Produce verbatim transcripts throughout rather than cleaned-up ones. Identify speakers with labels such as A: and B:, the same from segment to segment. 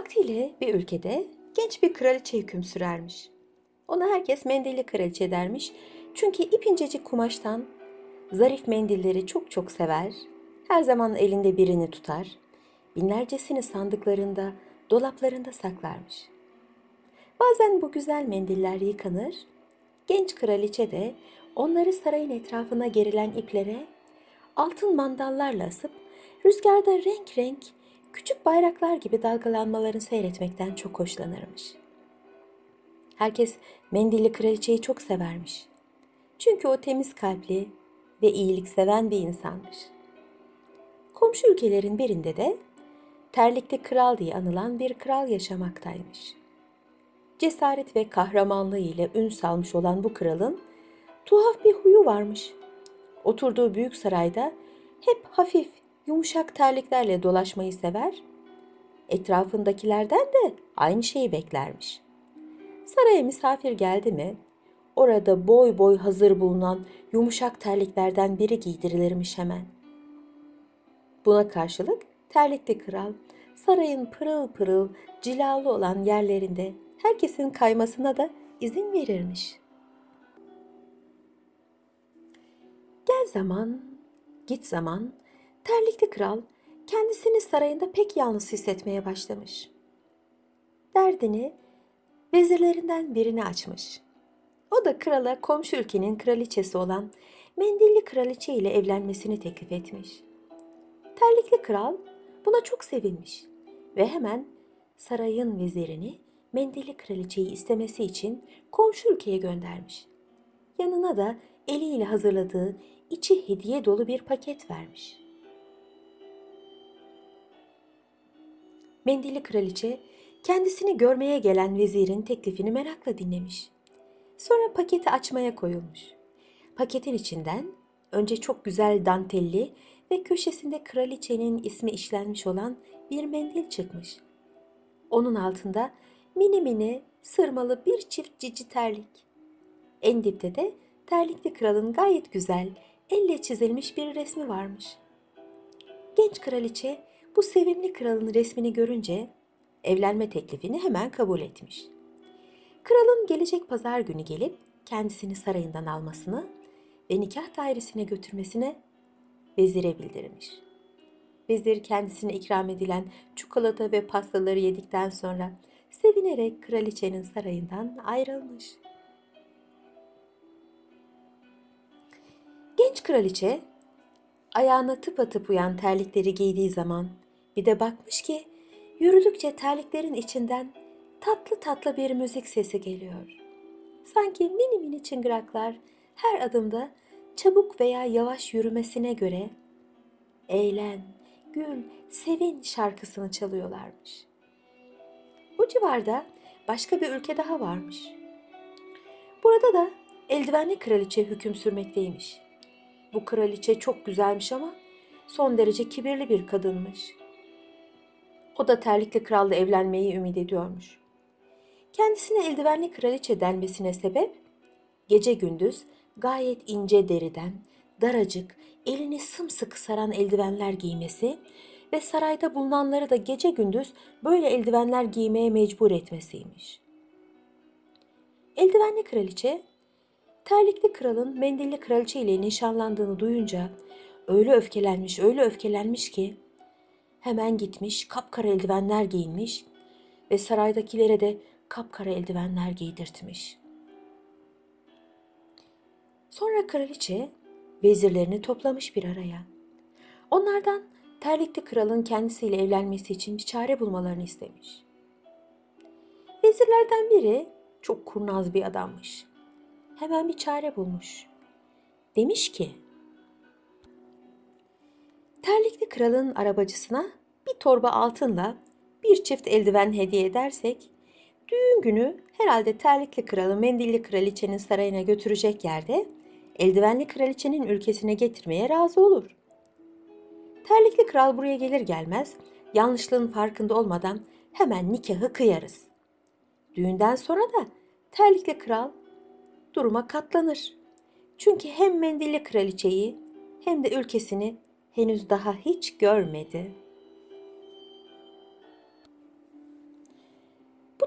A: Vaktiyle bir ülkede genç bir kraliçe hüküm sürermiş. Ona herkes mendilli kraliçe dermiş. Çünkü ipinecik kumaştan zarif mendilleri çok çok sever. Her zaman elinde birini tutar. Binlercesini sandıklarında, dolaplarında saklarmış. Bazen bu güzel mendiller yıkanır. Genç kraliçe de onları sarayın etrafına gerilen iplere altın mandallarla asıp rüzgarda renk renk küçük bayraklar gibi dalgalanmalarını seyretmekten çok hoşlanırmış. Herkes mendilli kraliçeyi çok severmiş. Çünkü o temiz kalpli ve iyilik seven bir insanmış. Komşu ülkelerin birinde de terlikli kral diye anılan bir kral yaşamaktaymış. Cesaret ve kahramanlığı ile ün salmış olan bu kralın tuhaf bir huyu varmış. Oturduğu büyük sarayda hep hafif, yumuşak terliklerle dolaşmayı sever, etrafındakilerden de aynı şeyi beklermiş. Saraya misafir geldi mi, orada boy boy hazır bulunan yumuşak terliklerden biri giydirilirmiş hemen. Buna karşılık terlikli kral, sarayın pırıl pırıl, cilalı olan yerlerinde herkesin kaymasına da izin verirmiş. Gel zaman, git zaman, terlikli kral kendisini sarayında pek yalnız hissetmeye başlamış. Derdini vezirlerinden birine açmış. O da krala komşu ülkenin kraliçesi olan Mendilli kraliçe ile evlenmesini teklif etmiş. Terlikli kral buna çok sevinmiş ve hemen sarayın vezirini Mendilli kraliçeyi istemesi için komşu ülkeye göndermiş. Yanına da eliyle hazırladığı içi hediye dolu bir paket vermiş. Mendilli kraliçe kendisini görmeye gelen vezirin teklifini merakla dinlemiş. Sonra paketi açmaya koyulmuş. Paketin içinden önce çok güzel dantelli ve köşesinde kraliçenin ismi işlenmiş olan bir mendil çıkmış. Onun altında mini mini sırmalı bir çift cici terlik. En dipte de terlikli kralın gayet güzel, elle çizilmiş bir resmi varmış. Genç kraliçe bu sevimli kralın resmini görünce evlenme teklifini hemen kabul etmiş. Kralın gelecek pazar günü gelip kendisini sarayından almasını ve nikah dairesine götürmesine vezire bildirmiş. Vezir kendisine ikram edilen çikolata ve pastaları yedikten sonra sevinerek kraliçenin sarayından ayrılmış. Genç kraliçe ayağına tıpatıp uyan terlikleri giydiği zaman bir de bakmış ki yürüdükçe terliklerin içinden tatlı tatlı bir müzik sesi geliyor. Sanki mini mini çıngıraklar her adımda çabuk veya yavaş yürümesine göre eğlen, gül, sevin şarkısını çalıyorlarmış. Bu civarda başka bir ülke daha varmış. Burada da eldivenli kraliçe hüküm sürmekteymiş. Bu kraliçe çok güzelmiş ama son derece kibirli bir kadınmış. O da terlikli kralla evlenmeyi ümit ediyormuş. Kendisine eldivenli kraliçe denmesine sebep gece gündüz gayet ince deriden, daracık, elini sımsıkı saran eldivenler giymesi ve sarayda bulunanları da gece gündüz böyle eldivenler giymeye mecbur etmesiymiş. Eldivenli kraliçe, terlikli kralın mendilli kraliçe ile nişanlandığını duyunca öyle öfkelenmiş, öyle öfkelenmiş ki hemen gitmiş, kapkara eldivenler giyinmiş ve saraydakilere de kapkara eldivenler giydirtmiş. Sonra kraliçe vezirlerini toplamış bir araya. Onlardan terlikli kralın kendisiyle evlenmesi için bir çare bulmalarını istemiş. Vezirlerden biri çok kurnaz bir adammış. Hemen bir çare bulmuş. Demiş ki, terlikli kralın arabacısına bir torba altınla bir çift eldiven hediye edersek, düğün günü herhalde terlikli kralı mendilli kraliçenin sarayına götürecek yerde eldivenli kraliçenin ülkesine getirmeye razı olur. Terlikli kral buraya gelir gelmez yanlışlığın farkında olmadan hemen nikahı kıyarız. Düğünden sonra da terlikli kral duruma katlanır. Çünkü hem mendilli kraliçeyi hem de ülkesini henüz daha hiç görmedi.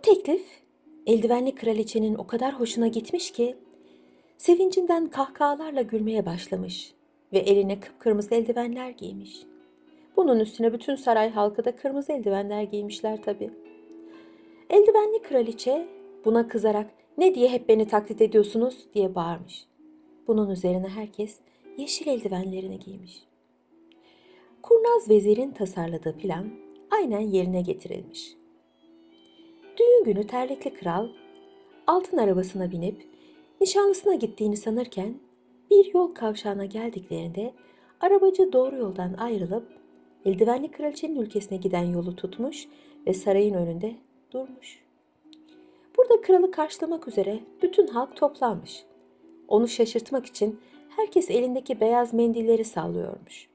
A: teklif eldivenli kraliçenin o kadar hoşuna gitmiş ki sevincinden kahkahalarla gülmeye başlamış ve eline kıpkırmızı eldivenler giymiş. Bunun üstüne bütün saray halkı da kırmızı eldivenler giymişler tabii. Eldivenli kraliçe buna kızarak "Ne diye hep beni taklit ediyorsunuz?" diye bağırmış. Bunun üzerine herkes yeşil eldivenlerini giymiş. Kurnaz vezirin tasarladığı plan aynen yerine getirilmiş. Düğün günü terlikli kral altın arabasına binip nişanlısına gittiğini sanırken bir yol kavşağına geldiklerinde arabacı doğru yoldan ayrılıp eldivenli kraliçenin ülkesine giden yolu tutmuş ve sarayın önünde durmuş. Burada kralı karşılamak üzere bütün halk toplanmış. Onu şaşırtmak için herkes elindeki beyaz mendilleri sallıyormuş.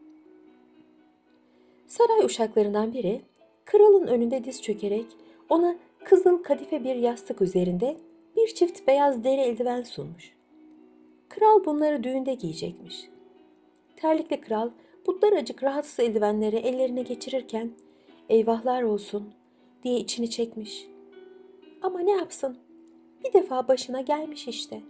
A: Saray uşaklarından biri kralın önünde diz çökerek ona kızıl kadife bir yastık üzerinde bir çift beyaz deri eldiven sunmuş. Kral bunları düğünde giyecekmiş. Terlikli kral bu daracık rahatsız eldivenleri ellerine geçirirken "Eyvahlar olsun" diye içini çekmiş. Ama ne yapsın? Bir defa başına gelmiş işte.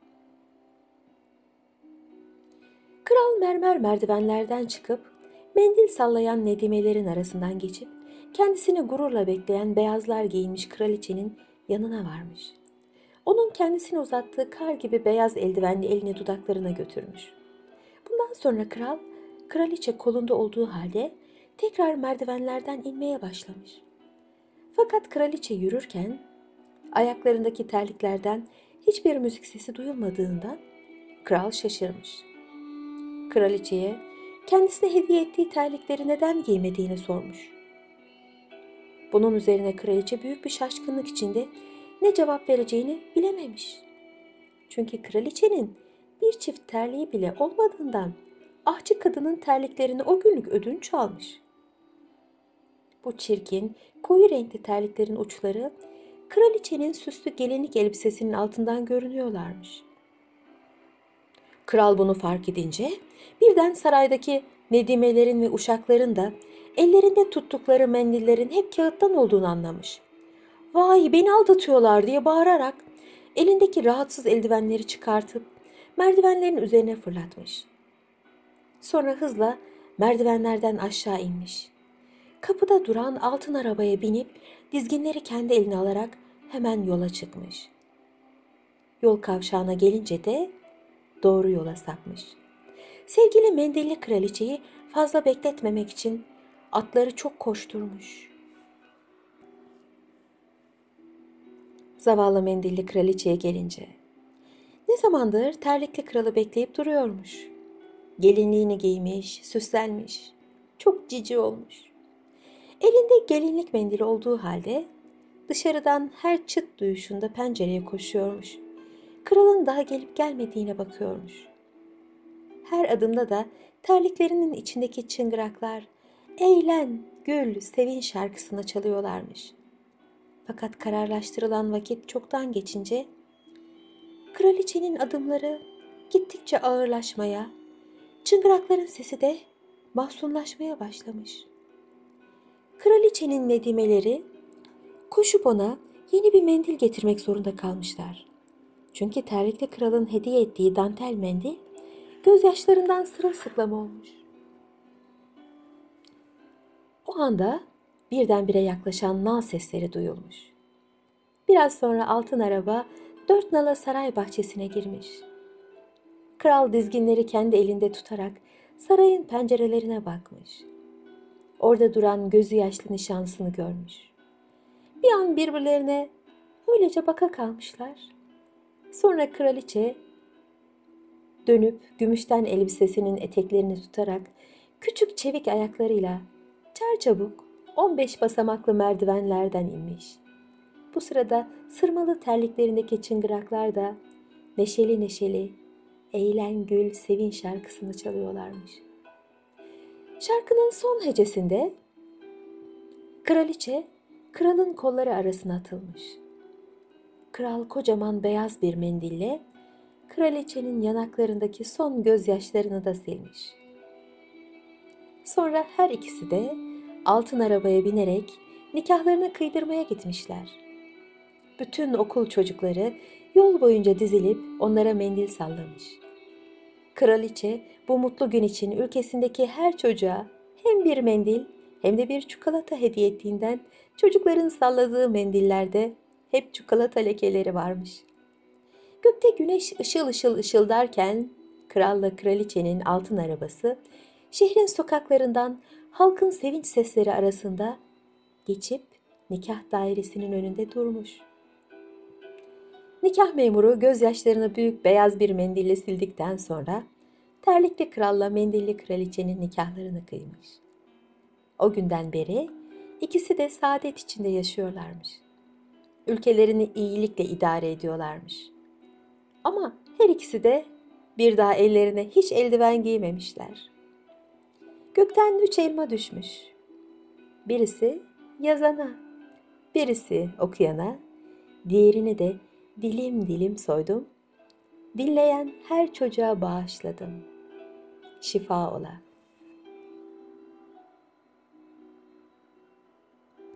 A: Kral mermer merdivenlerden çıkıp mendil sallayan nedimelerin arasından geçip kendisini gururla bekleyen beyazlar giyinmiş kraliçenin yanına varmış. Onun kendisine uzattığı kar gibi beyaz eldivenli elini dudaklarına götürmüş. Bundan sonra kral, kraliçe kolunda olduğu halde tekrar merdivenlerden inmeye başlamış. Fakat kraliçe yürürken ayaklarındaki terliklerden hiçbir müzik sesi duyulmadığından kral şaşırmış. Kraliçeye kendisine hediye ettiği terlikleri neden giymediğini sormuş. Bunun üzerine kraliçe büyük bir şaşkınlık içinde ne cevap vereceğini bilememiş. Çünkü kraliçenin bir çift terliği bile olmadığından ahçı kadının terliklerini o günlük ödünç almış. Bu çirkin, koyu renkli terliklerin uçları kraliçenin süslü gelinlik elbisesinin altından görünüyorlarmış. Kral bunu fark edince birden saraydaki nedimelerin ve uşakların da ellerinde tuttukları mendillerin hep kağıttan olduğunu anlamış. "Vay, beni aldatıyorlar!" diye bağırarak elindeki rahatsız eldivenleri çıkartıp merdivenlerin üzerine fırlatmış. Sonra hızla merdivenlerden aşağı inmiş. Kapıda duran altın arabaya binip dizginleri kendi eline alarak hemen yola çıkmış. Yol kavşağına gelince de doğru yola sapmış. Sevgili mendilli kraliçeyi fazla bekletmemek için atları çok koşturmuş. Zavallı mendilli kraliçeye gelince ne zamandır terlikli kralı bekleyip duruyormuş. Gelinliğini giymiş, süslenmiş, çok cici olmuş. Elinde gelinlik mendili olduğu halde dışarıdan her çıt duyuşunda pencereye koşuyormuş. Kralın daha gelip gelmediğine bakıyormuş. Her adımda da terliklerinin içindeki çıngıraklar "Eğlen, gül, sevin" şarkısını çalıyorlarmış. Fakat kararlaştırılan vakit çoktan geçince kraliçenin adımları gittikçe ağırlaşmaya, çıngırakların sesi de mahzunlaşmaya başlamış. Kraliçenin nedimeleri koşup ona yeni bir mendil getirmek zorunda kalmışlar. Çünkü terlikli kralın hediye ettiği dantel mendil gözyaşlarından sırılsıklam olmuş. O anda birdenbire yaklaşan nal sesleri duyulmuş. Biraz sonra altın araba dört nala saray bahçesine girmiş. Kral dizginleri kendi elinde tutarak sarayın pencerelerine bakmış. Orada duran gözü yaşlı nişanlısını görmüş. Bir an birbirlerine öylece baka kalmışlar. Sonra kraliçe dönüp gümüşten elbisesinin eteklerini tutarak küçük çevik ayaklarıyla çarçabuk on beş basamaklı merdivenlerden inmiş. Bu sırada sırmalı terliklerindeki çıngıraklar da neşeli neşeli "Eğlen gül, sevin" şarkısını çalıyorlarmış. Şarkının son hecesinde kraliçe kralın kolları arasına atılmış. Kral kocaman beyaz bir mendille kraliçenin yanaklarındaki son gözyaşlarını da silmiş. Sonra her ikisi de altın arabaya binerek nikahlarını kıydırmaya gitmişler. Bütün okul çocukları yol boyunca dizilip onlara mendil sallamış. Kraliçe bu mutlu gün için ülkesindeki her çocuğa hem bir mendil hem de bir çikolata hediye ettiğinden çocukların salladığı mendillerde hep çikolata lekeleri varmış. Gökte güneş ışıl ışıl ışıldarken kralla kraliçenin altın arabası şehrin sokaklarından halkın sevinç sesleri arasında geçip nikah dairesinin önünde durmuş. Nikah memuru gözyaşlarını büyük beyaz bir mendille sildikten sonra terlikli kralla mendilli kraliçenin nikahlarını kıymış. O günden beri ikisi de saadet içinde yaşıyorlarmış. Ülkelerini iyilikle idare ediyorlarmış. Ama her ikisi de bir daha ellerine hiç eldiven giymemişler. Gökten üç elma düşmüş. Birisi yazana, birisi okuyana, diğerini de dilim dilim soydum. Dinleyen her çocuğa bağışladım. Şifa ola.